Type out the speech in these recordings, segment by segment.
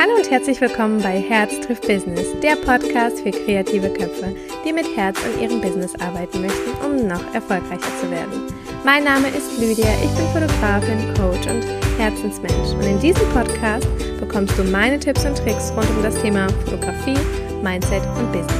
Hallo und herzlich willkommen bei Herz trifft Business, der Podcast für kreative Köpfe, die mit Herz an ihrem Business arbeiten möchten, um noch erfolgreicher zu werden. Mein Name ist Lydia, ich bin Fotografin, Coach und Herzensmensch. Und in diesem Podcast bekommst du meine Tipps und Tricks rund um das Thema Fotografie, Mindset und Business.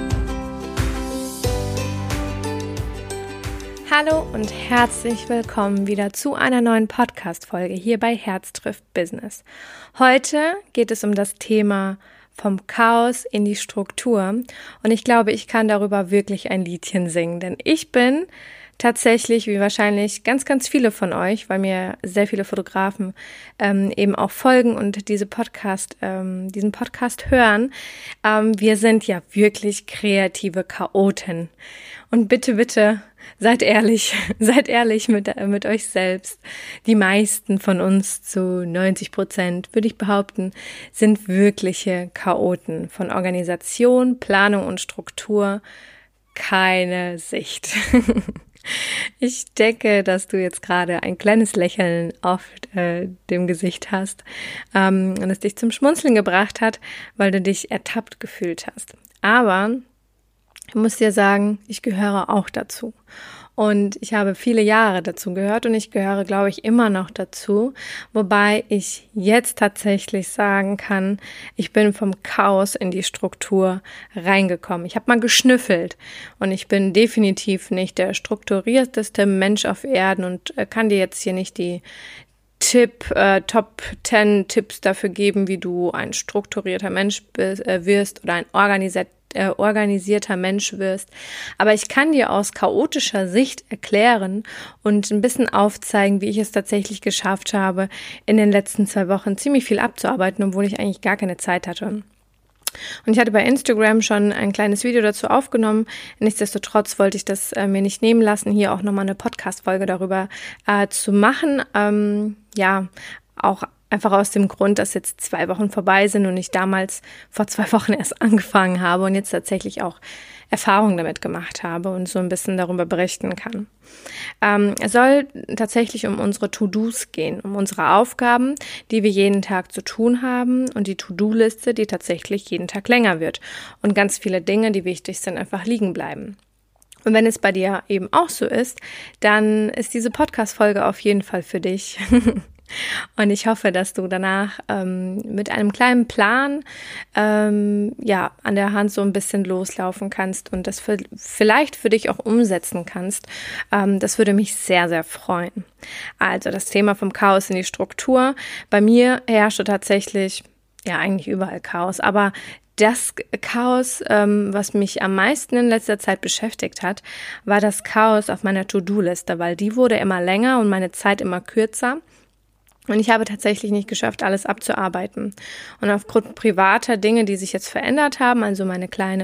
Hallo und herzlich willkommen wieder zu einer neuen Podcast-Folge hier bei Herz trifft Business. Heute geht es um das Thema vom Chaos in die Struktur und ich glaube, ich kann darüber wirklich ein Liedchen singen, denn ich bin tatsächlich, wie wahrscheinlich ganz, ganz viele von euch, weil mir sehr viele Fotografen eben auch folgen und diesen Podcast hören, wir sind ja wirklich kreative Chaoten. Und bitte, bitte, seid ehrlich mit euch selbst. Die meisten von uns, zu 90%, würde ich behaupten, sind wirkliche Chaoten. Von Organisation, Planung und Struktur keine Sicht. Ich denke, dass du jetzt gerade ein kleines Lächeln auf dem Gesicht hast und es dich zum Schmunzeln gebracht hat, weil du dich ertappt gefühlt hast. Aber ich muss dir sagen, ich gehöre auch dazu. Und ich habe viele Jahre dazu gehört und ich gehöre, glaube ich, immer noch dazu, wobei ich jetzt tatsächlich sagen kann, ich bin vom Chaos in die Struktur reingekommen. Ich habe mal geschnüffelt und ich bin definitiv nicht der strukturierteste Mensch auf Erden und kann dir jetzt hier nicht die Top 10 Tipps dafür geben, wie du ein strukturierter Mensch wirst oder ein organisierter Mensch wirst. Aber ich kann dir aus chaotischer Sicht erklären und ein bisschen aufzeigen, wie ich es tatsächlich geschafft habe, in den letzten 2 Wochen ziemlich viel abzuarbeiten, obwohl ich eigentlich gar keine Zeit hatte. Und ich hatte bei Instagram schon ein kleines Video dazu aufgenommen. Nichtsdestotrotz wollte ich das mir nicht nehmen lassen, hier auch nochmal eine Podcast-Folge darüber zu machen. Auch einfach aus dem Grund, dass jetzt 2 Wochen vorbei sind und ich damals vor 2 Wochen erst angefangen habe und jetzt tatsächlich auch Erfahrungen damit gemacht habe und so ein bisschen darüber berichten kann. Es soll tatsächlich um unsere To-Dos gehen, um unsere Aufgaben, die wir jeden Tag zu tun haben und die To-Do-Liste, die tatsächlich jeden Tag länger wird und ganz viele Dinge, die wichtig sind, einfach liegen bleiben. Und wenn es bei dir eben auch so ist, dann ist diese Podcast-Folge auf jeden Fall für dich. Und ich hoffe, dass du danach mit einem kleinen Plan an der Hand so ein bisschen loslaufen kannst und das vielleicht für dich auch umsetzen kannst. Das würde mich sehr, sehr freuen. Also das Thema vom Chaos in die Struktur. Bei mir herrschte tatsächlich eigentlich überall Chaos, aber das Chaos, was mich am meisten in letzter Zeit beschäftigt hat, war das Chaos auf meiner To-Do-Liste, weil die wurde immer länger und meine Zeit immer kürzer. Und ich habe tatsächlich nicht geschafft, alles abzuarbeiten. Und aufgrund privater Dinge, die sich jetzt verändert haben, also meine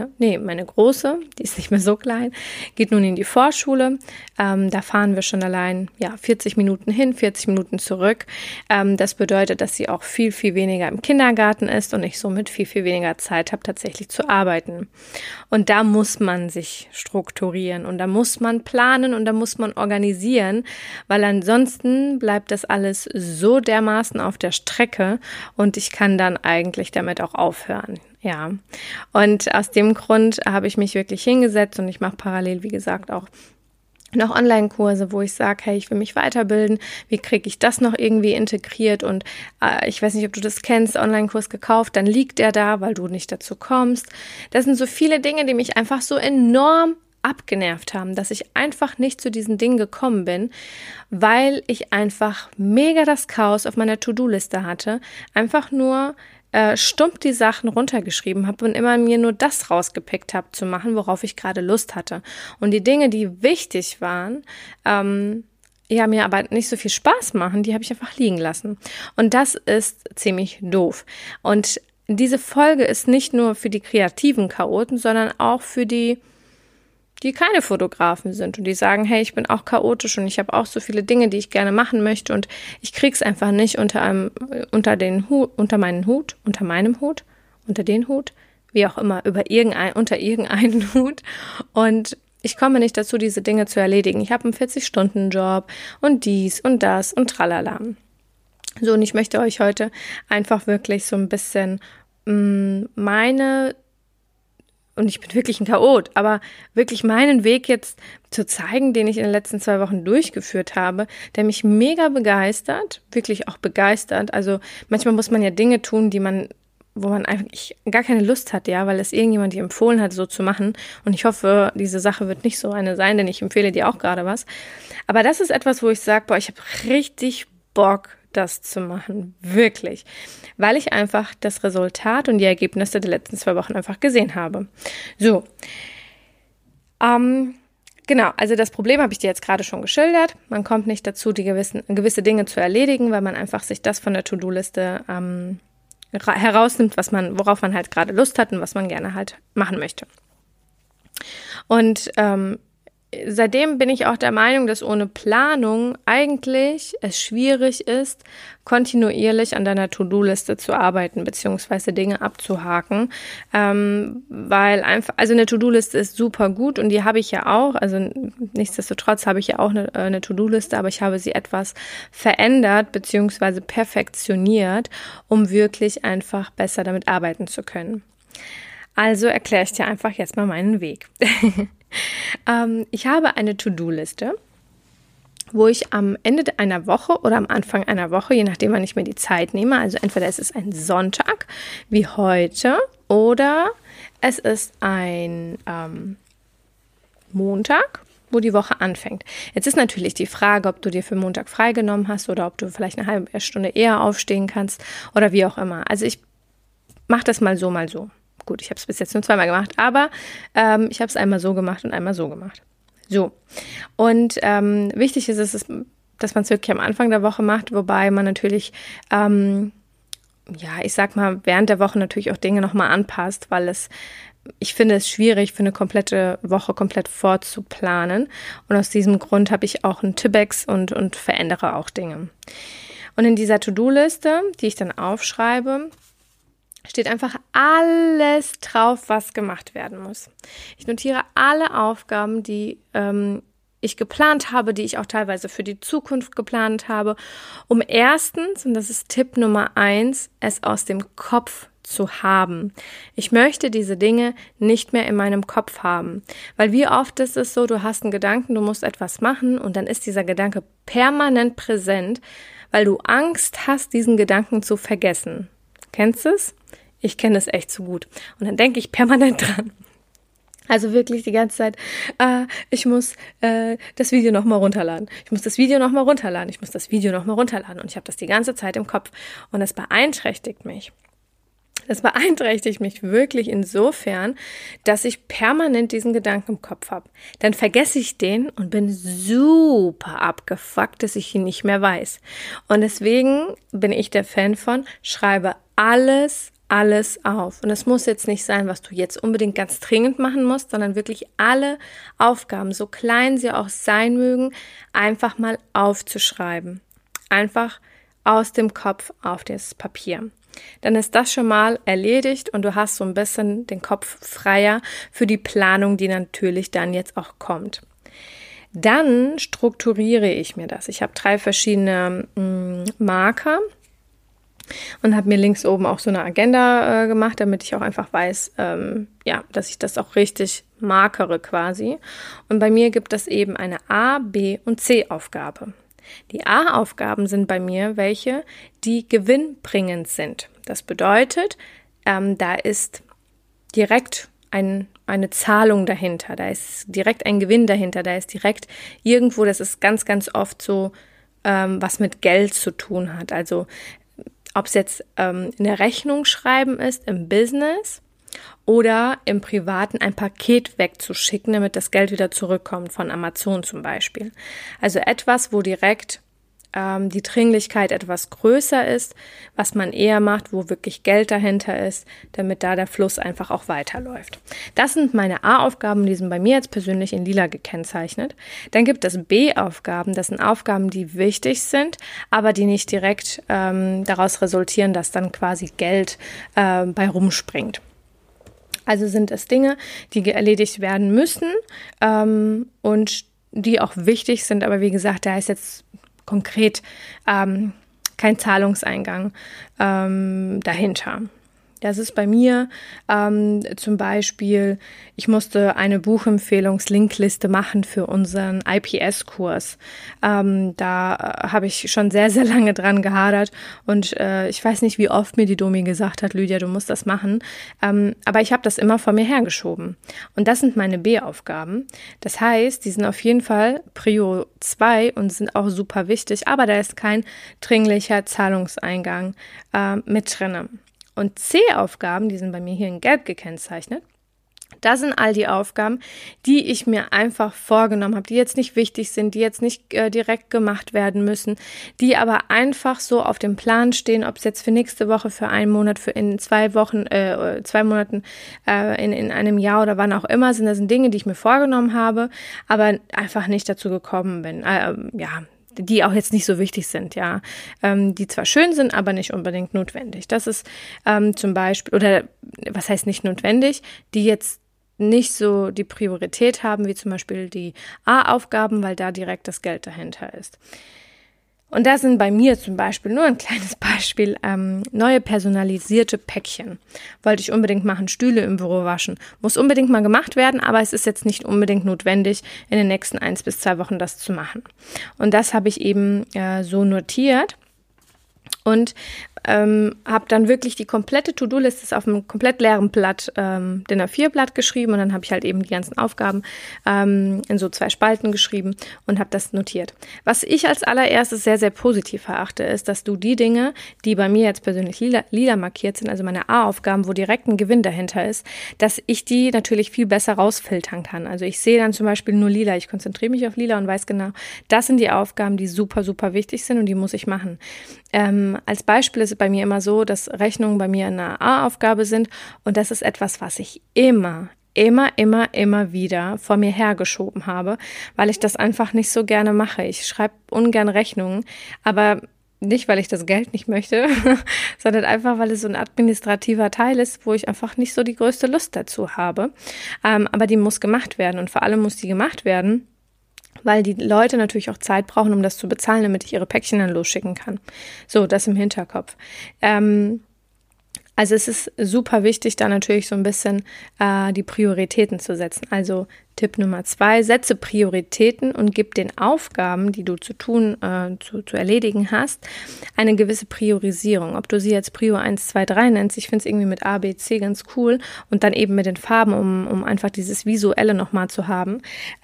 große, die ist nicht mehr so klein, geht nun in die Vorschule. Da fahren wir schon allein 40 Minuten hin, 40 Minuten zurück. Das bedeutet, dass sie auch viel, viel weniger im Kindergarten ist und ich somit viel, viel weniger Zeit habe, tatsächlich zu arbeiten. Und da muss man sich strukturieren und da muss man planen und da muss man organisieren, weil ansonsten bleibt das alles so dermaßen auf der Strecke und ich kann dann eigentlich damit auch aufhören. Ja, und aus dem Grund habe ich mich wirklich hingesetzt und ich mache parallel, wie gesagt, auch noch Online-Kurse, wo ich sage, hey, ich will mich weiterbilden, wie kriege ich das noch irgendwie integriert und ich weiß nicht, ob du das kennst, Online-Kurs gekauft, dann liegt der da, weil du nicht dazu kommst. Das sind so viele Dinge, die mich einfach so enorm abgenervt haben, dass ich einfach nicht zu diesen Dingen gekommen bin, weil ich einfach mega das Chaos auf meiner To-Do-Liste hatte, einfach nur stumpf die Sachen runtergeschrieben habe und immer mir nur das rausgepickt habe zu machen, worauf ich gerade Lust hatte. Und die Dinge, die wichtig waren, mir aber nicht so viel Spaß machen, die habe ich einfach liegen lassen. Und das ist ziemlich doof. Und diese Folge ist nicht nur für die kreativen Chaoten, sondern auch für die keine Fotografen sind und die sagen, hey, ich bin auch chaotisch und ich habe auch so viele Dinge, die ich gerne machen möchte und ich krieg's einfach nicht unter den Hut, wie auch immer, unter irgendeinen Hut und ich komme nicht dazu, diese Dinge zu erledigen. Ich habe einen 40-Stunden-Job und dies und das und tralala. So, und ich möchte euch heute einfach wirklich so ein bisschen und ich bin wirklich ein Chaot, aber wirklich meinen Weg jetzt zu zeigen, den ich in den letzten 2 Wochen durchgeführt habe, der mich mega begeistert, wirklich auch begeistert. Also manchmal muss man ja Dinge tun, wo man eigentlich gar keine Lust hat, ja, weil es irgendjemand dir empfohlen hat, so zu machen. Und ich hoffe, diese Sache wird nicht so eine sein, denn ich empfehle dir auch gerade was. Aber das ist etwas, wo ich sage, boah, ich habe richtig Bock, das zu machen, wirklich, weil ich einfach das Resultat und die Ergebnisse der letzten 2 Wochen einfach gesehen habe. So, genau, also das Problem habe ich dir jetzt gerade schon geschildert. Man kommt nicht dazu, gewisse Dinge zu erledigen, weil man einfach sich das von der To-Do-Liste herausnimmt, worauf man halt gerade Lust hat und was man gerne halt machen möchte. Und seitdem bin ich auch der Meinung, dass ohne Planung eigentlich es schwierig ist, kontinuierlich an deiner To-Do-Liste zu arbeiten, beziehungsweise Dinge abzuhaken, weil einfach, also eine To-Do-Liste ist super gut und die habe ich ja auch, also nichtsdestotrotz habe ich ja auch eine To-Do-Liste, aber ich habe sie etwas verändert, beziehungsweise perfektioniert, um wirklich einfach besser damit arbeiten zu können. Also erkläre ich dir einfach jetzt mal meinen Weg. Ich habe eine To-Do-Liste, wo ich am Ende einer Woche oder am Anfang einer Woche, je nachdem, wann ich mir die Zeit nehme, also entweder es ist ein Sonntag wie heute oder es ist ein Montag, wo die Woche anfängt. Jetzt ist natürlich die Frage, ob du dir für Montag freigenommen hast oder ob du vielleicht eine halbe Stunde eher aufstehen kannst oder wie auch immer. Also ich mache das mal so, mal so. Gut, ich habe es bis jetzt nur 2-mal gemacht, aber ich habe es einmal so gemacht und einmal so gemacht. So, und wichtig ist es, dass man es wirklich am Anfang der Woche macht, wobei man natürlich, ich sag mal, während der Woche natürlich auch Dinge nochmal anpasst, weil ich finde es schwierig, für eine komplette Woche komplett vorzuplanen. Und aus diesem Grund habe ich auch einen Tipp-Ex und verändere auch Dinge. Und in dieser To-Do-Liste, die ich dann aufschreibe, steht einfach alles drauf, was gemacht werden muss. Ich notiere alle Aufgaben, die ich geplant habe, die ich auch teilweise für die Zukunft geplant habe, um erstens, und das ist Tipp Nummer 1, es aus dem Kopf zu haben. Ich möchte diese Dinge nicht mehr in meinem Kopf haben, weil wie oft ist es so, du hast einen Gedanken, du musst etwas machen und dann ist dieser Gedanke permanent präsent, weil du Angst hast, diesen Gedanken zu vergessen. Kennst du es? Ich kenne es echt so gut. Und dann denke ich permanent dran. Also wirklich die ganze Zeit, ich muss das Video nochmal runterladen. Ich muss das Video nochmal runterladen. Ich muss das Video nochmal runterladen. Und ich habe das die ganze Zeit im Kopf. Und das beeinträchtigt mich. Das beeinträchtigt mich wirklich insofern, dass ich permanent diesen Gedanken im Kopf habe. Dann vergesse ich den und bin super abgefuckt, dass ich ihn nicht mehr weiß. Und deswegen bin ich der Fan von, schreibe alles auf. Und es muss jetzt nicht sein, was du jetzt unbedingt ganz dringend machen musst, sondern wirklich alle Aufgaben, so klein sie auch sein mögen, einfach mal aufzuschreiben. Einfach aus dem Kopf auf das Papier. Dann ist das schon mal erledigt und du hast so ein bisschen den Kopf freier für die Planung, die natürlich dann jetzt auch kommt. Dann strukturiere ich mir das. Ich habe 3 verschiedene Marker und habe mir links oben auch so eine Agenda gemacht, damit ich auch einfach weiß, dass ich das auch richtig markere quasi. Und bei mir gibt es eben eine A-, B- und C-Aufgabe. Die A-Aufgaben sind bei mir welche, die gewinnbringend sind. Das bedeutet, da ist direkt eine Zahlung dahinter, da ist direkt ein Gewinn dahinter, da ist direkt irgendwo, das ist ganz, ganz oft so, was mit Geld zu tun hat. Also ob es jetzt eine Rechnung schreiben ist im Business oder im Privaten ein Paket wegzuschicken, damit das Geld wieder zurückkommt, von Amazon zum Beispiel. Also etwas, wo direkt die Dringlichkeit etwas größer ist, was man eher macht, wo wirklich Geld dahinter ist, damit da der Fluss einfach auch weiterläuft. Das sind meine A-Aufgaben, die sind bei mir jetzt persönlich in lila gekennzeichnet. Dann gibt es B-Aufgaben, das sind Aufgaben, die wichtig sind, aber die nicht direkt daraus resultieren, dass dann quasi Geld bei rumspringt. Also sind es Dinge, die erledigt werden müssen und die auch wichtig sind, aber wie gesagt, da ist jetzt konkret kein Zahlungseingang dahinter. Das ist bei mir zum Beispiel, ich musste eine Buchempfehlungslinkliste machen für unseren IPS-Kurs. Da habe ich schon sehr, sehr lange dran gehadert und ich weiß nicht, wie oft mir die Domi gesagt hat, Lydia, du musst das machen. Aber ich habe das immer vor mir hergeschoben. Und das sind meine B-Aufgaben. Das heißt, die sind auf jeden Fall Prio 2 und sind auch super wichtig, aber da ist kein dringlicher Zahlungseingang mit drinne. Und C-Aufgaben, die sind bei mir hier in Gelb gekennzeichnet. Das sind all die Aufgaben, die ich mir einfach vorgenommen habe, die jetzt nicht wichtig sind, die jetzt nicht direkt gemacht werden müssen, die aber einfach so auf dem Plan stehen, ob es jetzt für nächste Woche, für einen Monat, für in 2 Wochen, 2 Monaten, in einem Jahr oder wann auch immer sind. Das sind Dinge, die ich mir vorgenommen habe, aber einfach nicht dazu gekommen bin. Die auch jetzt nicht so wichtig sind, ja, die zwar schön sind, aber nicht unbedingt notwendig. Das ist zum Beispiel, oder was heißt nicht notwendig, die jetzt nicht so die Priorität haben, wie zum Beispiel die A-Aufgaben, weil da direkt das Geld dahinter ist. Und da sind bei mir zum Beispiel, nur ein kleines Beispiel, neue personalisierte Päckchen. Wollte ich unbedingt machen, Stühle im Büro waschen. Muss unbedingt mal gemacht werden, aber es ist jetzt nicht unbedingt notwendig, in den nächsten 1 bis 2 Wochen das zu machen. Und das habe ich eben so notiert. Und habe dann wirklich die komplette To-Do-Liste auf einem komplett leeren Blatt, DIN A4-Blatt geschrieben und dann habe ich halt eben die ganzen Aufgaben in so 2 Spalten geschrieben und habe das notiert. Was ich als allererstes sehr, sehr positiv erachte, ist, dass du die Dinge, die bei mir jetzt persönlich lila markiert sind, also meine A-Aufgaben, wo direkt ein Gewinn dahinter ist, dass ich die natürlich viel besser rausfiltern kann. Also ich sehe dann zum Beispiel nur lila, ich konzentriere mich auf lila und weiß genau, das sind die Aufgaben, die super, super wichtig sind und die muss ich machen. Als Beispiel ist es bei mir immer so, dass Rechnungen bei mir eine A-Aufgabe sind und das ist etwas, was ich immer wieder vor mir hergeschoben habe, weil ich das einfach nicht so gerne mache. Ich schreibe ungern Rechnungen, aber nicht, weil ich das Geld nicht möchte, sondern einfach, weil es so ein administrativer Teil ist, wo ich einfach nicht so die größte Lust dazu habe. Aber die muss gemacht werden und vor allem muss die gemacht werden, weil die Leute natürlich auch Zeit brauchen, um das zu bezahlen, damit ich ihre Päckchen dann losschicken kann. So, das im Hinterkopf. Also es ist super wichtig, da natürlich so ein bisschen die Prioritäten zu setzen. Also Tipp Nummer 2, setze Prioritäten und gib den Aufgaben, die du zu tun, zu erledigen hast, eine gewisse Priorisierung. Ob du sie jetzt Prio 1, 2, 3 nennst, ich finde es irgendwie mit A, B, C ganz cool und dann eben mit den Farben, um einfach dieses Visuelle nochmal zu haben,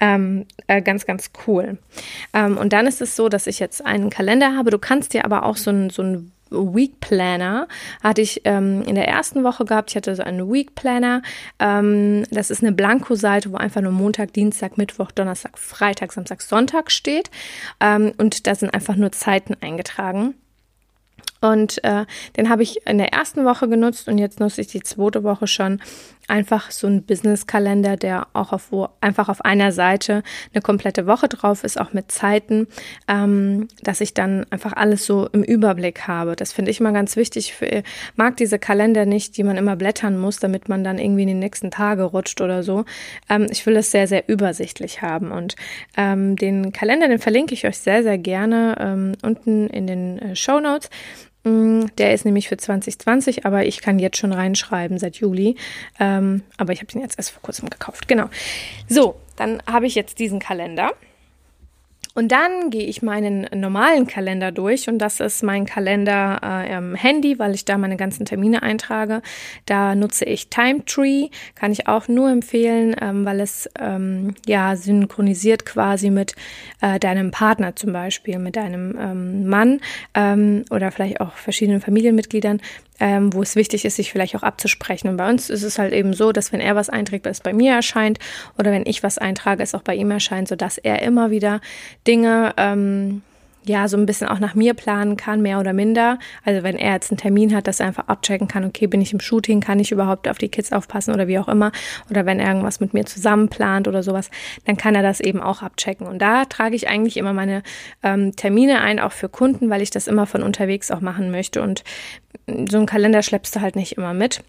ganz, ganz cool. Und dann ist es so, dass ich jetzt einen Kalender habe. Du kannst dir aber auch so ein Week Planner hatte ich in der ersten Woche gehabt. Ich hatte so einen Week Planner. Das ist eine Blankoseite, wo einfach nur Montag, Dienstag, Mittwoch, Donnerstag, Freitag, Samstag, Sonntag steht. Und da sind einfach nur Zeiten eingetragen. Und den habe ich in der ersten Woche genutzt und jetzt nutze ich die 2. Woche schon. Einfach so ein Business-Kalender, der auch wo einfach auf einer Seite eine komplette Woche drauf ist, auch mit Zeiten, dass ich dann einfach alles so im Überblick habe. Das finde ich immer ganz wichtig. Ich mag diese Kalender nicht, die man immer blättern muss, damit man dann irgendwie in die nächsten Tage rutscht oder so. Ich will es sehr, sehr übersichtlich haben. Und den Kalender, den verlinke ich euch sehr, sehr gerne unten in den Shownotes. Der ist nämlich für 2020, aber ich kann jetzt schon reinschreiben seit Juli. Aber ich habe den jetzt erst vor kurzem gekauft. Genau. So, dann habe ich jetzt diesen Kalender. Und dann gehe ich meinen normalen Kalender durch und das ist mein Kalender am Handy, weil ich da meine ganzen Termine eintrage. Da nutze ich Timetree, kann ich auch nur empfehlen, weil es synchronisiert quasi mit deinem Partner zum Beispiel, mit deinem Mann oder vielleicht auch verschiedenen Familienmitgliedern, wo es wichtig ist, sich vielleicht auch abzusprechen. Und bei uns ist es halt eben so, dass wenn er was einträgt, es bei mir erscheint oder wenn ich was eintrage, es auch bei ihm erscheint, sodass er immer wieder Dinge so ein bisschen auch nach mir planen kann, mehr oder minder. Also wenn er jetzt einen Termin hat, dass er einfach abchecken kann, okay, bin ich im Shooting, kann ich überhaupt auf die Kids aufpassen oder wie auch immer. Oder wenn er irgendwas mit mir zusammen plant oder sowas, dann kann er das eben auch abchecken. Und da trage ich eigentlich immer meine Termine ein, auch für Kunden, weil ich das immer von unterwegs auch machen möchte. Und so einen Kalender schleppst du halt nicht immer mit.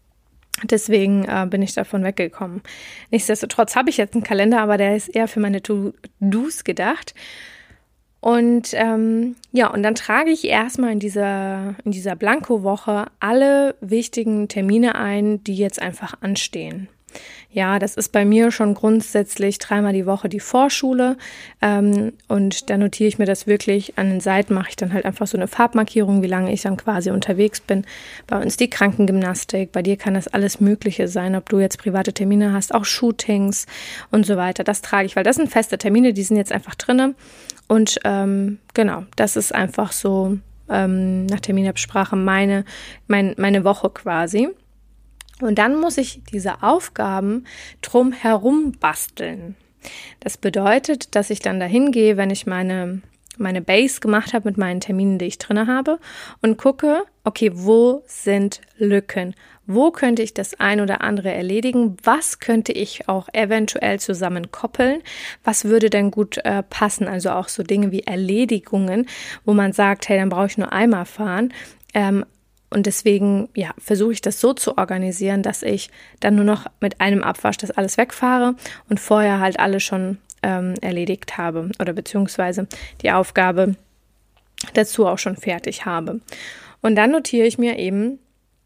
Deswegen bin ich davon weggekommen. Nichtsdestotrotz habe ich jetzt einen Kalender, aber der ist eher für meine To-Dos gedacht. Und und dann trage ich erstmal in dieser Blanko-Woche alle wichtigen Termine ein, die jetzt einfach anstehen. Ja, das ist bei mir schon grundsätzlich 3-mal die Woche die Vorschule und da notiere ich mir das wirklich. An den Seiten mache ich dann halt einfach so eine Farbmarkierung, wie lange ich dann quasi unterwegs bin. Bei uns die Krankengymnastik, bei dir kann das alles Mögliche sein, ob du jetzt private Termine hast, auch Shootings und so weiter. Das trage ich, weil das sind feste Termine, die sind jetzt einfach drinne und genau, das ist einfach so nach Terminabsprache meine Woche quasi. Und dann muss ich diese Aufgaben drumherum basteln. Das bedeutet, dass ich dann dahin gehe, wenn ich meine Base gemacht habe mit meinen Terminen, die ich drin habe und gucke, okay, wo sind Lücken? Wo könnte ich das ein oder andere erledigen? Was könnte ich auch eventuell zusammen koppeln? Was würde denn gut passen? Also auch so Dinge wie Erledigungen, wo man sagt, hey, dann brauche ich nur einmal fahren. Und deswegen, versuche ich das so zu organisieren, dass ich dann nur noch mit einem Abwasch das alles wegfahre und vorher halt alles schon erledigt habe oder beziehungsweise die Aufgabe dazu auch schon fertig habe. Und dann notiere ich mir eben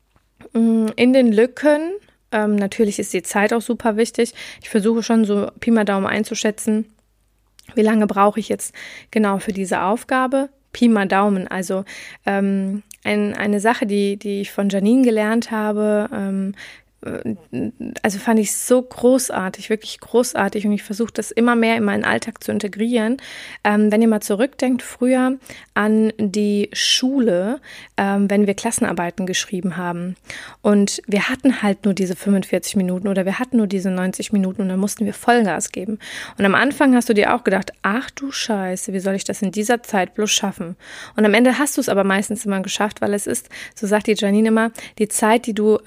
in den Lücken, natürlich ist die Zeit auch super wichtig. Ich versuche schon so Pi mal Daumen einzuschätzen, wie lange brauche ich jetzt genau für diese Aufgabe. Pi mal Daumen, also eine Sache, die ich von Janine gelernt habe, also fand ich so großartig, wirklich großartig und ich versuche das immer mehr in meinen Alltag zu integrieren. Wenn ihr mal zurückdenkt, früher an die Schule, wenn wir Klassenarbeiten geschrieben haben und wir hatten halt nur diese 45 Minuten oder wir hatten nur diese 90 Minuten und dann mussten wir Vollgas geben. Und am Anfang hast du dir auch gedacht, ach du Scheiße, wie soll ich das in dieser Zeit bloß schaffen? Und am Ende hast du es aber meistens immer geschafft, weil es ist, so sagt die Janine immer, die Zeit, die du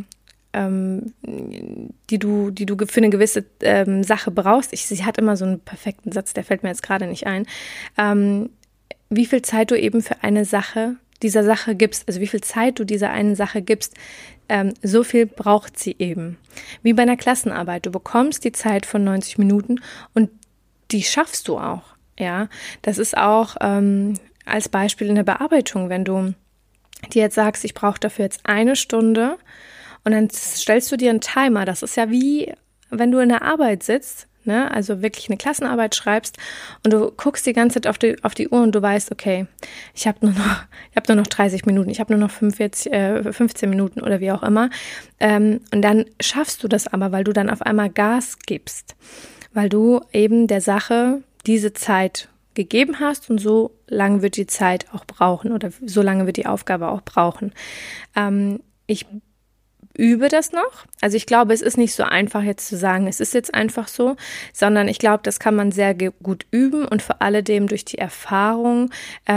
für eine gewisse Sache brauchst. Sie hat immer so einen perfekten Satz, der fällt mir jetzt gerade nicht ein. Wie viel Zeit du eben für dieser Sache gibst, also wie viel Zeit du dieser einen Sache gibst, so viel braucht sie eben. Wie bei einer Klassenarbeit. Du bekommst die Zeit von 90 Minuten und die schaffst du auch. Ja, das ist auch als Beispiel in der Bearbeitung, wenn du dir jetzt sagst, ich brauche dafür jetzt 1 Stunde. Und dann stellst du dir einen Timer. Das ist ja wie, wenn du in der Arbeit sitzt, ne? Also wirklich eine Klassenarbeit schreibst und du guckst die ganze Zeit auf die Uhr und du weißt, okay, ich habe nur noch 30 Minuten, ich habe nur noch 15 Minuten oder wie auch immer. Und dann schaffst du das aber, weil du dann auf einmal Gas gibst, weil du eben der Sache diese Zeit gegeben hast und so lange wird die Zeit auch brauchen oder so lange wird die Aufgabe auch brauchen. Ich übe das noch. Also ich glaube, es ist nicht so einfach jetzt zu sagen, es ist jetzt einfach so, sondern ich glaube, das kann man sehr gut üben und vor allem durch die Erfahrung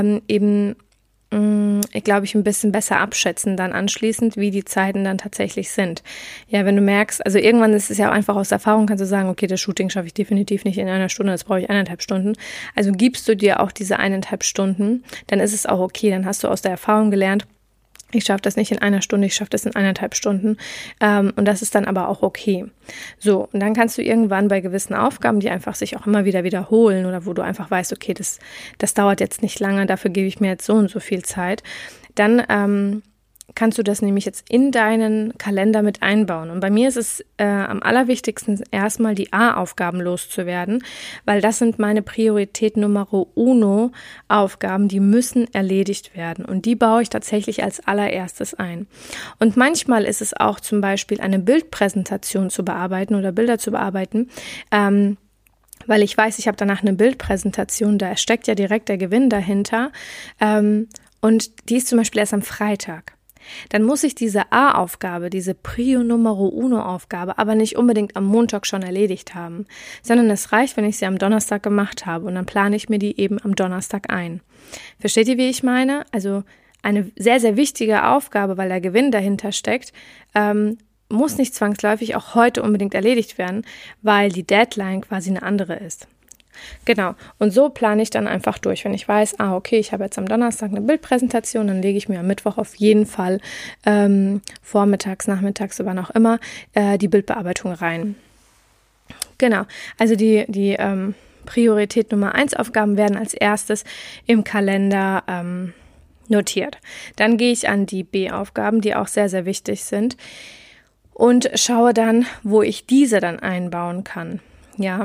ich glaube, ein bisschen besser abschätzen dann anschließend, wie die Zeiten dann tatsächlich sind. Ja, wenn du merkst, also irgendwann ist es ja auch einfach aus Erfahrung, kannst du sagen, okay, das Shooting schaffe ich definitiv nicht in 1 Stunde, das brauche ich 1,5 Stunden. Also gibst du dir auch diese 1,5 Stunden, dann ist es auch okay, dann hast du aus der Erfahrung gelernt, ich schaffe das nicht in 1 Stunde, ich schaffe das in 1,5 Stunden und das ist dann aber auch okay. So, und dann kannst du irgendwann bei gewissen Aufgaben, die einfach sich auch immer wieder wiederholen oder wo du einfach weißt, okay, das dauert jetzt nicht lange, dafür gebe ich mir jetzt so und so viel Zeit, dann kannst du das nämlich jetzt in deinen Kalender mit einbauen. Und bei mir ist es am allerwichtigsten, erstmal die A-Aufgaben loszuwerden, weil das sind meine Priorität Numero uno Aufgaben, die müssen erledigt werden. Und die baue ich tatsächlich als allererstes ein. Und manchmal ist es auch zum Beispiel eine Bildpräsentation zu bearbeiten oder Bilder zu bearbeiten, weil ich weiß, ich habe danach eine Bildpräsentation, da steckt ja direkt der Gewinn dahinter. Und die ist zum Beispiel erst am Freitag. Dann muss ich diese A-Aufgabe, diese Prio Numero Uno Aufgabe, aber nicht unbedingt am Montag schon erledigt haben, sondern es reicht, wenn ich sie am Donnerstag gemacht habe und dann plane ich mir die eben am Donnerstag ein. Versteht ihr, wie ich meine? Also eine sehr, sehr wichtige Aufgabe, weil der Gewinn dahinter steckt, muss nicht zwangsläufig auch heute unbedingt erledigt werden, weil die Deadline quasi eine andere ist. Genau, und so plane ich dann einfach durch. Wenn ich weiß, okay, ich habe jetzt am Donnerstag eine Bildpräsentation, dann lege ich mir am Mittwoch auf jeden Fall vormittags, nachmittags, wann auch immer, die Bildbearbeitung rein. Genau, also die Priorität Nummer 1 Aufgaben werden als erstes im Kalender notiert. Dann gehe ich an die B-Aufgaben, die auch sehr, sehr wichtig sind, und schaue dann, wo ich diese dann einbauen kann. Ja.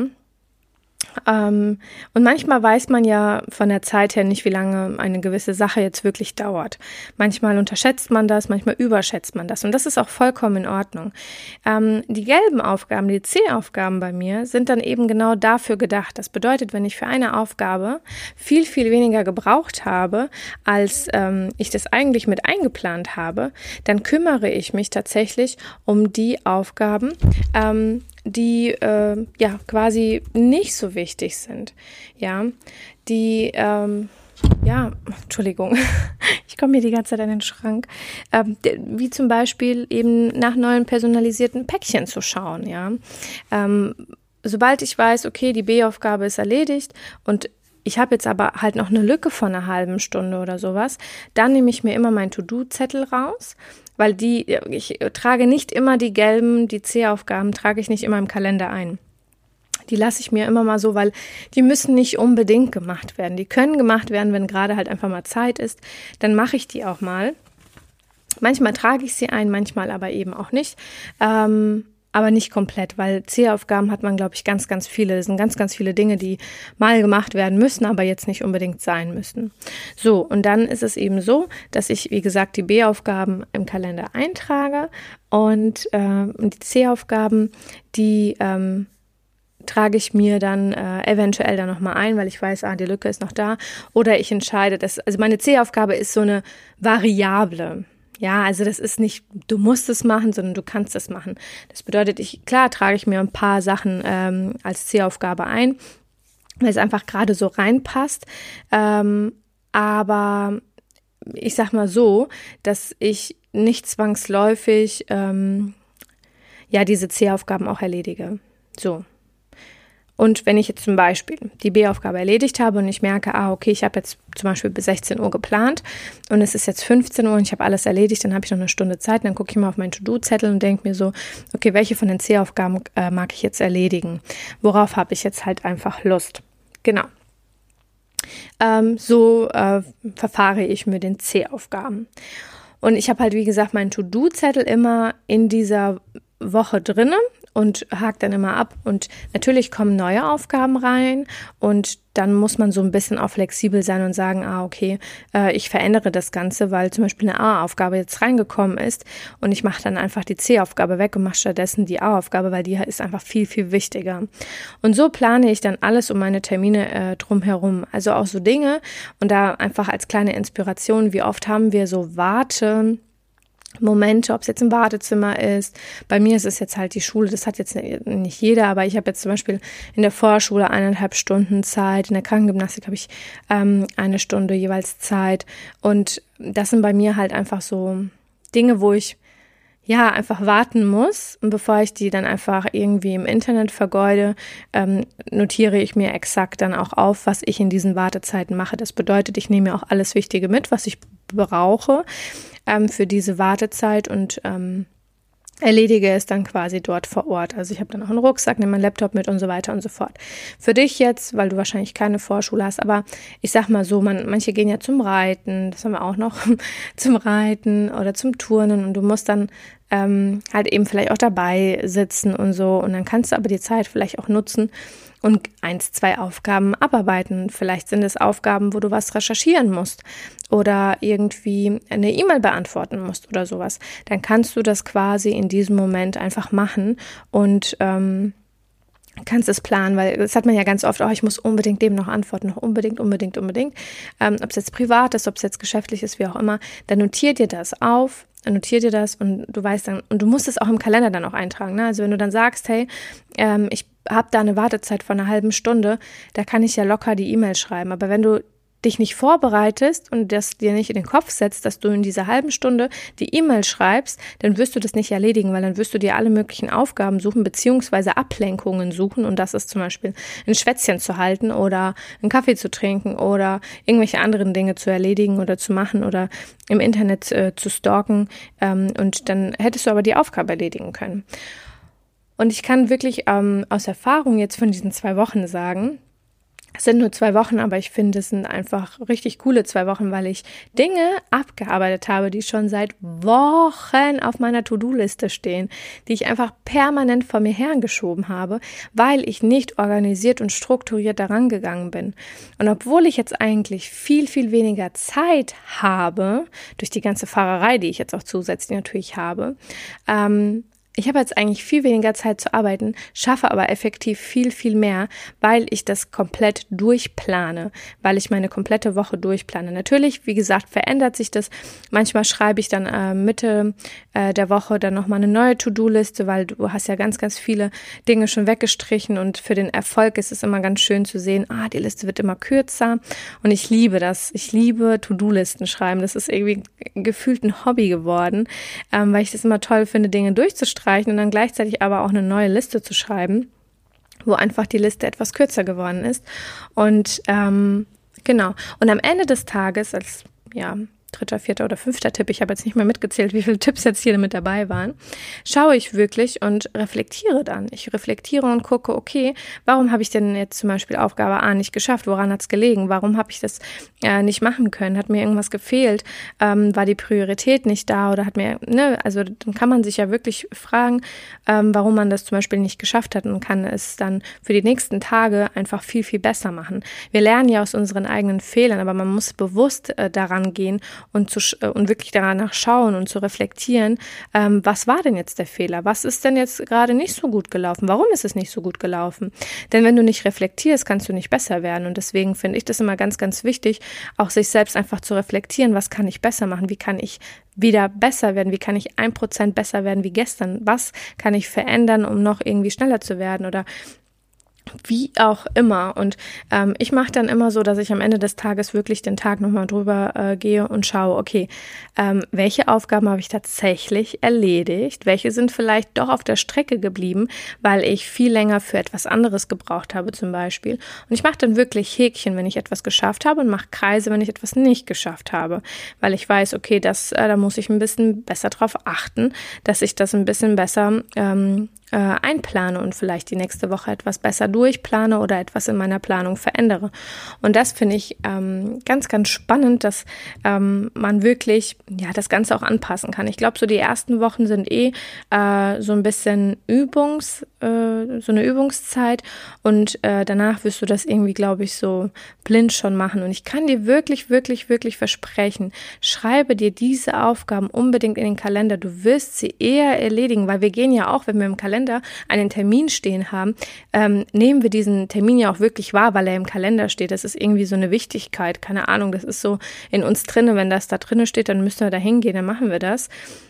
Und manchmal weiß man ja von der Zeit her nicht, wie lange eine gewisse Sache jetzt wirklich dauert. Manchmal unterschätzt man das, manchmal überschätzt man das. Und das ist auch vollkommen in Ordnung. Die gelben Aufgaben, die C-Aufgaben bei mir, sind dann eben genau dafür gedacht. Das bedeutet, wenn ich für eine Aufgabe viel, viel weniger gebraucht habe, als ich das eigentlich mit eingeplant habe, dann kümmere ich mich tatsächlich um die Aufgaben, die quasi nicht so wichtig sind, ja, die, Entschuldigung, ich komme hier die ganze Zeit an den Schrank, wie zum Beispiel eben nach neuen personalisierten Päckchen zu schauen, ja, sobald ich weiß, okay, die B-Aufgabe ist erledigt und ich habe jetzt aber halt noch eine Lücke von einer halben Stunde oder sowas, dann nehme ich mir immer meinen To-Do-Zettel raus, weil ich trage nicht immer die gelben, die C-Aufgaben trage ich nicht immer im Kalender ein. Die lasse ich mir immer mal so, weil die müssen nicht unbedingt gemacht werden. Die können gemacht werden, wenn gerade halt einfach mal Zeit ist. Dann mache ich die auch mal. Manchmal trage ich sie ein, manchmal aber eben auch nicht. Aber nicht komplett, weil C-Aufgaben hat man, glaube ich, ganz, ganz viele. Das sind ganz, ganz viele Dinge, die mal gemacht werden müssen, aber jetzt nicht unbedingt sein müssen. So, und dann ist es eben so, dass ich, wie gesagt, die B-Aufgaben im Kalender eintrage und die C-Aufgaben, die trage ich mir dann eventuell dann nochmal ein, weil ich weiß, die Lücke ist noch da. Oder ich entscheide, also meine C-Aufgabe ist so eine Variable. Ja, also das ist nicht, du musst es machen, sondern du kannst es machen. Das bedeutet, klar trage ich mir ein paar Sachen als C-Aufgabe ein, weil es einfach gerade so reinpasst. Aber ich sag mal so, dass ich nicht zwangsläufig diese C-Aufgaben auch erledige. So. Und wenn ich jetzt zum Beispiel die B-Aufgabe erledigt habe und ich merke, okay, ich habe jetzt zum Beispiel bis 16 Uhr geplant und es ist jetzt 15 Uhr und ich habe alles erledigt, dann habe ich noch eine Stunde Zeit, und dann gucke ich mal auf meinen To-Do-Zettel und denke mir so, okay, welche von den C-Aufgaben mag ich jetzt erledigen? Worauf habe ich jetzt halt einfach Lust? Genau. So verfahre ich mit den C-Aufgaben. Und ich habe halt, wie gesagt, meinen To-Do-Zettel immer in dieser Woche drinne und hakt dann immer ab. Und natürlich kommen neue Aufgaben rein und dann muss man so ein bisschen auch flexibel sein und sagen, okay, ich verändere das Ganze, weil zum Beispiel eine A-Aufgabe jetzt reingekommen ist und ich mache dann einfach die C-Aufgabe weg und mache stattdessen die A-Aufgabe, weil die ist einfach viel, viel wichtiger. Und so plane ich dann alles um meine Termine drumherum. Also auch so Dinge und da einfach als kleine Inspiration, wie oft haben wir so Momente, ob es jetzt im Wartezimmer ist. Bei mir ist es jetzt halt die Schule, das hat jetzt nicht jeder, aber ich habe jetzt zum Beispiel in der Vorschule 1,5 Stunden Zeit, in der Krankengymnastik habe ich 1 Stunde jeweils Zeit und das sind bei mir halt einfach so Dinge, wo ich einfach warten muss und bevor ich die dann einfach irgendwie im Internet vergeude, notiere ich mir exakt dann auch auf, was ich in diesen Wartezeiten mache. Das bedeutet, ich nehme mir auch alles Wichtige mit, was ich brauche für diese Wartezeit und erledige es dann quasi dort vor Ort. Also ich habe dann auch einen Rucksack, nehme meinen Laptop mit und so weiter und so fort. Für dich jetzt, weil du wahrscheinlich keine Vorschule hast, aber ich sag mal so, manche gehen ja zum Reiten, das haben wir auch noch, zum Reiten oder zum Turnen und du musst dann halt eben vielleicht auch dabei sitzen und so und dann kannst du aber die Zeit vielleicht auch nutzen und 1, 2 Aufgaben abarbeiten. Vielleicht sind es Aufgaben, wo du was recherchieren musst oder irgendwie eine E-Mail beantworten musst oder sowas. Dann kannst du das quasi in diesem Moment einfach machen und kannst es planen, weil das hat man ja ganz oft, ich muss unbedingt dem noch antworten, noch unbedingt. Ob es jetzt privat ist, ob es jetzt geschäftlich ist, wie auch immer, dann notiert dir das auf, und du weißt dann, und du musst es auch im Kalender dann auch eintragen, ne? Also wenn du dann sagst, hey, ich habe da eine Wartezeit von einer halben Stunde, da kann ich ja locker die E-Mail schreiben, aber wenn du dich nicht vorbereitest und das dir nicht in den Kopf setzt, dass du in dieser halben Stunde die E-Mail schreibst, dann wirst du das nicht erledigen, weil dann wirst du dir alle möglichen Aufgaben suchen, beziehungsweise Ablenkungen suchen und das ist zum Beispiel ein Schwätzchen zu halten oder einen Kaffee zu trinken oder irgendwelche anderen Dinge zu erledigen oder zu machen oder im Internet zu stalken und dann hättest du aber die Aufgabe erledigen können. Und ich kann wirklich aus Erfahrung jetzt von diesen 2 Wochen sagen, Es sind nur 2 Wochen, aber ich finde, es sind einfach richtig coole 2 Wochen, weil ich Dinge abgearbeitet habe, die schon seit Wochen auf meiner To-Do-Liste stehen, die ich einfach permanent vor mir hergeschoben habe, weil ich nicht organisiert und strukturiert daran gegangen bin. Und obwohl ich jetzt eigentlich viel, viel weniger Zeit habe, durch die ganze Fahrerei, die ich jetzt auch zusätzlich natürlich habe, ich habe jetzt eigentlich viel weniger Zeit zu arbeiten, schaffe aber effektiv viel, viel mehr, weil ich das komplett durchplane, weil ich meine komplette Woche durchplane. Natürlich, wie gesagt, verändert sich das. Manchmal schreibe ich dann Mitte der Woche dann nochmal eine neue To-Do-Liste, weil du hast ja ganz, ganz viele Dinge schon weggestrichen und für den Erfolg ist es immer ganz schön zu sehen, die Liste wird immer kürzer und ich liebe das. Ich liebe To-Do-Listen schreiben. Das ist irgendwie gefühlt ein Hobby geworden, weil ich das immer toll finde, Dinge durchzustreichen und dann gleichzeitig aber auch eine neue Liste zu schreiben, wo einfach die Liste etwas kürzer geworden ist. Und genau. Und am Ende des Tages, als 3., 4. oder 5. Tipp, ich habe jetzt nicht mehr mitgezählt, wie viele Tipps jetzt hier mit dabei waren, schaue ich wirklich und reflektiere dann. Ich reflektiere und gucke, okay, warum habe ich denn jetzt zum Beispiel Aufgabe A nicht geschafft? Woran hat es gelegen? Warum habe ich das nicht machen können? Hat mir irgendwas gefehlt? War die Priorität nicht da? Oder hat mir, also dann kann man sich ja wirklich fragen, warum man das zum Beispiel nicht geschafft hat und kann es dann für die nächsten Tage einfach viel, viel besser machen. Wir lernen ja aus unseren eigenen Fehlern, aber man muss bewusst daran gehen und wirklich danach schauen und zu reflektieren, was war denn jetzt der Fehler? Was ist denn jetzt gerade nicht so gut gelaufen? Warum ist es nicht so gut gelaufen? Denn wenn du nicht reflektierst, kannst du nicht besser werden. Und deswegen finde ich das immer ganz, ganz wichtig, auch sich selbst einfach zu reflektieren, was kann ich besser machen? Wie kann ich wieder besser werden? Wie kann ich 1% besser werden wie gestern? Was kann ich verändern, um noch irgendwie schneller zu werden? Oder wie auch immer. Und ich mache dann immer so, dass ich am Ende des Tages wirklich den Tag nochmal drüber gehe und schaue, okay, welche Aufgaben habe ich tatsächlich erledigt? Welche sind vielleicht doch auf der Strecke geblieben, weil ich viel länger für etwas anderes gebraucht habe zum Beispiel. Und ich mache dann wirklich Häkchen, wenn ich etwas geschafft habe und mache Kreise, wenn ich etwas nicht geschafft habe, weil ich weiß, okay, da muss ich ein bisschen besser drauf achten, dass ich das ein bisschen besser einplane und vielleicht die nächste Woche etwas besser durchplane oder etwas in meiner Planung verändere. Und das finde ich ganz, ganz spannend, dass man wirklich das Ganze auch anpassen kann. Ich glaube, so die ersten Wochen sind so ein bisschen so eine Übungszeit und danach wirst du das irgendwie, glaube ich, so blind schon machen. Und ich kann dir wirklich, wirklich, wirklich versprechen, schreibe dir diese Aufgaben unbedingt in den Kalender. Du wirst sie eher erledigen, weil wir gehen ja auch, wenn wir im Kalender einen Termin stehen haben, nehmen wir diesen Termin ja auch wirklich wahr, weil er im Kalender steht. Das ist irgendwie so eine Wichtigkeit, keine Ahnung, das ist so in uns drinne. Wenn das da drinne steht, dann müssen wir da hingehen, dann machen wir das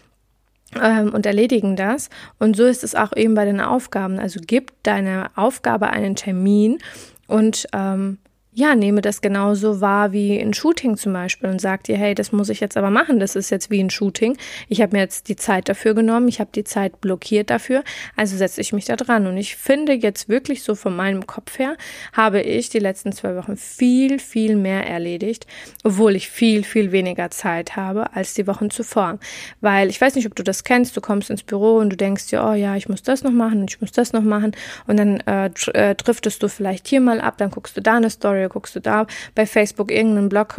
und erledigen das. Und so ist es auch eben bei den Aufgaben. Also gib deiner Aufgabe einen Termin und nehme das genauso wahr wie ein Shooting zum Beispiel und sag dir, hey, das muss ich jetzt aber machen, das ist jetzt wie ein Shooting. Ich habe mir jetzt die Zeit dafür genommen, ich habe die Zeit blockiert dafür, also setze ich mich da dran. Und ich finde jetzt wirklich so von meinem Kopf her, habe ich die letzten 2 Wochen viel, viel mehr erledigt, obwohl ich viel, viel weniger Zeit habe als die Wochen zuvor. Weil ich weiß nicht, ob du das kennst, du kommst ins Büro und du denkst dir, oh ja, ich muss das noch machen und ich muss das noch machen und dann driftest du vielleicht hier mal ab, dann guckst du da eine Story, guckst du da bei Facebook irgendeinen Blog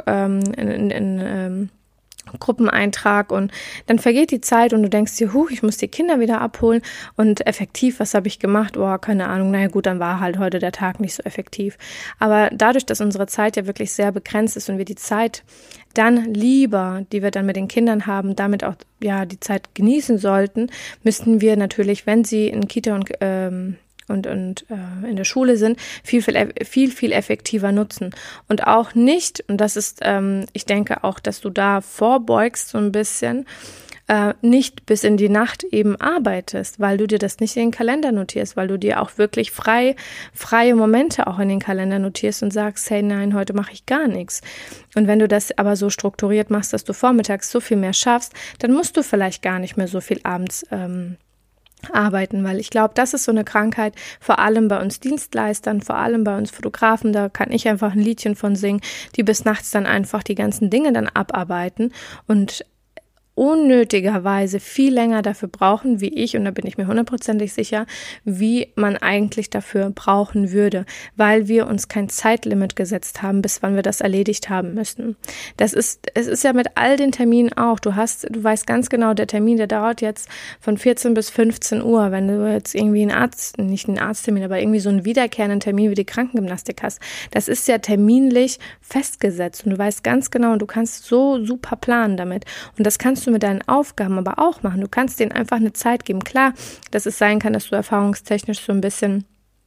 Gruppeneintrag und dann vergeht die Zeit und du denkst dir, ich muss die Kinder wieder abholen und effektiv, was habe ich gemacht? Keine Ahnung, naja gut, dann war halt heute der Tag nicht so effektiv. Aber dadurch, dass unsere Zeit ja wirklich sehr begrenzt ist und wir die Zeit dann lieber, die wir dann mit den Kindern haben, damit auch die Zeit genießen sollten, müssten wir natürlich, wenn sie in Kita und in der Schule sind, viel, viel effektiver nutzen. Und auch nicht, und das ist, ich denke auch, dass du da vorbeugst so ein bisschen, nicht bis in die Nacht eben arbeitest, weil du dir das nicht in den Kalender notierst, weil du dir auch wirklich freie Momente auch in den Kalender notierst und sagst, hey, nein, heute mache ich gar nichts. Und wenn du das aber so strukturiert machst, dass du vormittags so viel mehr schaffst, dann musst du vielleicht gar nicht mehr so viel abends arbeiten, weil ich glaube, das ist so eine Krankheit, vor allem bei uns Dienstleistern, vor allem bei uns Fotografen, da kann ich einfach ein Liedchen von singen, die bis nachts dann einfach die ganzen Dinge dann abarbeiten und unnötigerweise viel länger dafür brauchen, wie ich, und da bin ich mir 100% sicher, wie man eigentlich dafür brauchen würde, weil wir uns kein Zeitlimit gesetzt haben, bis wann wir das erledigt haben müssen. Es ist ja mit all den Terminen auch, du weißt ganz genau, der Termin, der dauert jetzt von 14 bis 15 Uhr, wenn du jetzt irgendwie nicht einen Arzttermin, aber irgendwie so einen wiederkehrenden Termin wie die Krankengymnastik hast, das ist ja terminlich festgesetzt und du weißt ganz genau, du kannst so super planen damit und das kannst du mit deinen Aufgaben aber auch machen. Du kannst denen einfach eine Zeit geben. Klar, dass es sein kann, dass du erfahrungstechnisch so ein bisschen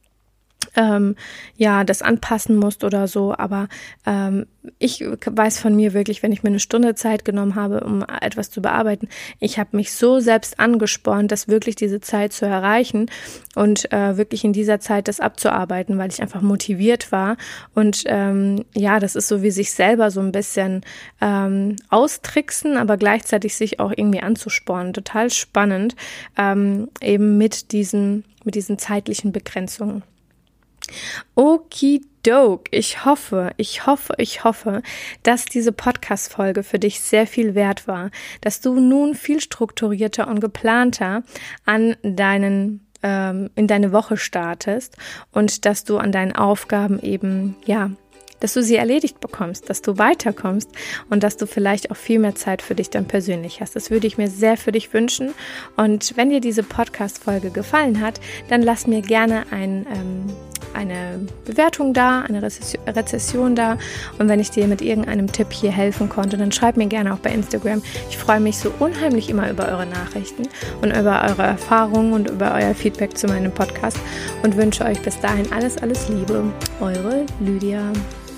das anpassen musst oder so, aber ich weiß von mir wirklich, wenn ich mir eine Stunde Zeit genommen habe, um etwas zu bearbeiten, ich habe mich so selbst angespornt, das wirklich diese Zeit zu erreichen und wirklich in dieser Zeit das abzuarbeiten, weil ich einfach motiviert war und das ist so wie sich selber so ein bisschen austricksen, aber gleichzeitig sich auch irgendwie anzuspornen. Total spannend, eben mit diesen zeitlichen Begrenzungen. Okidok, ich hoffe, dass diese Podcast-Folge für dich sehr viel wert war, dass du nun viel strukturierter und geplanter in deine Woche startest und dass du an deinen Aufgaben eben, dass du sie erledigt bekommst, dass du weiterkommst und dass du vielleicht auch viel mehr Zeit für dich dann persönlich hast. Das würde ich mir sehr für dich wünschen. Und wenn dir diese Podcast-Folge gefallen hat, dann lass mir gerne eine Bewertung da, eine Rezession da. Und wenn ich dir mit irgendeinem Tipp hier helfen konnte, dann schreib mir gerne auch bei Instagram. Ich freue mich so unheimlich immer über eure Nachrichten und über eure Erfahrungen und über euer Feedback zu meinem Podcast und wünsche euch bis dahin alles Liebe. Eure Lydia.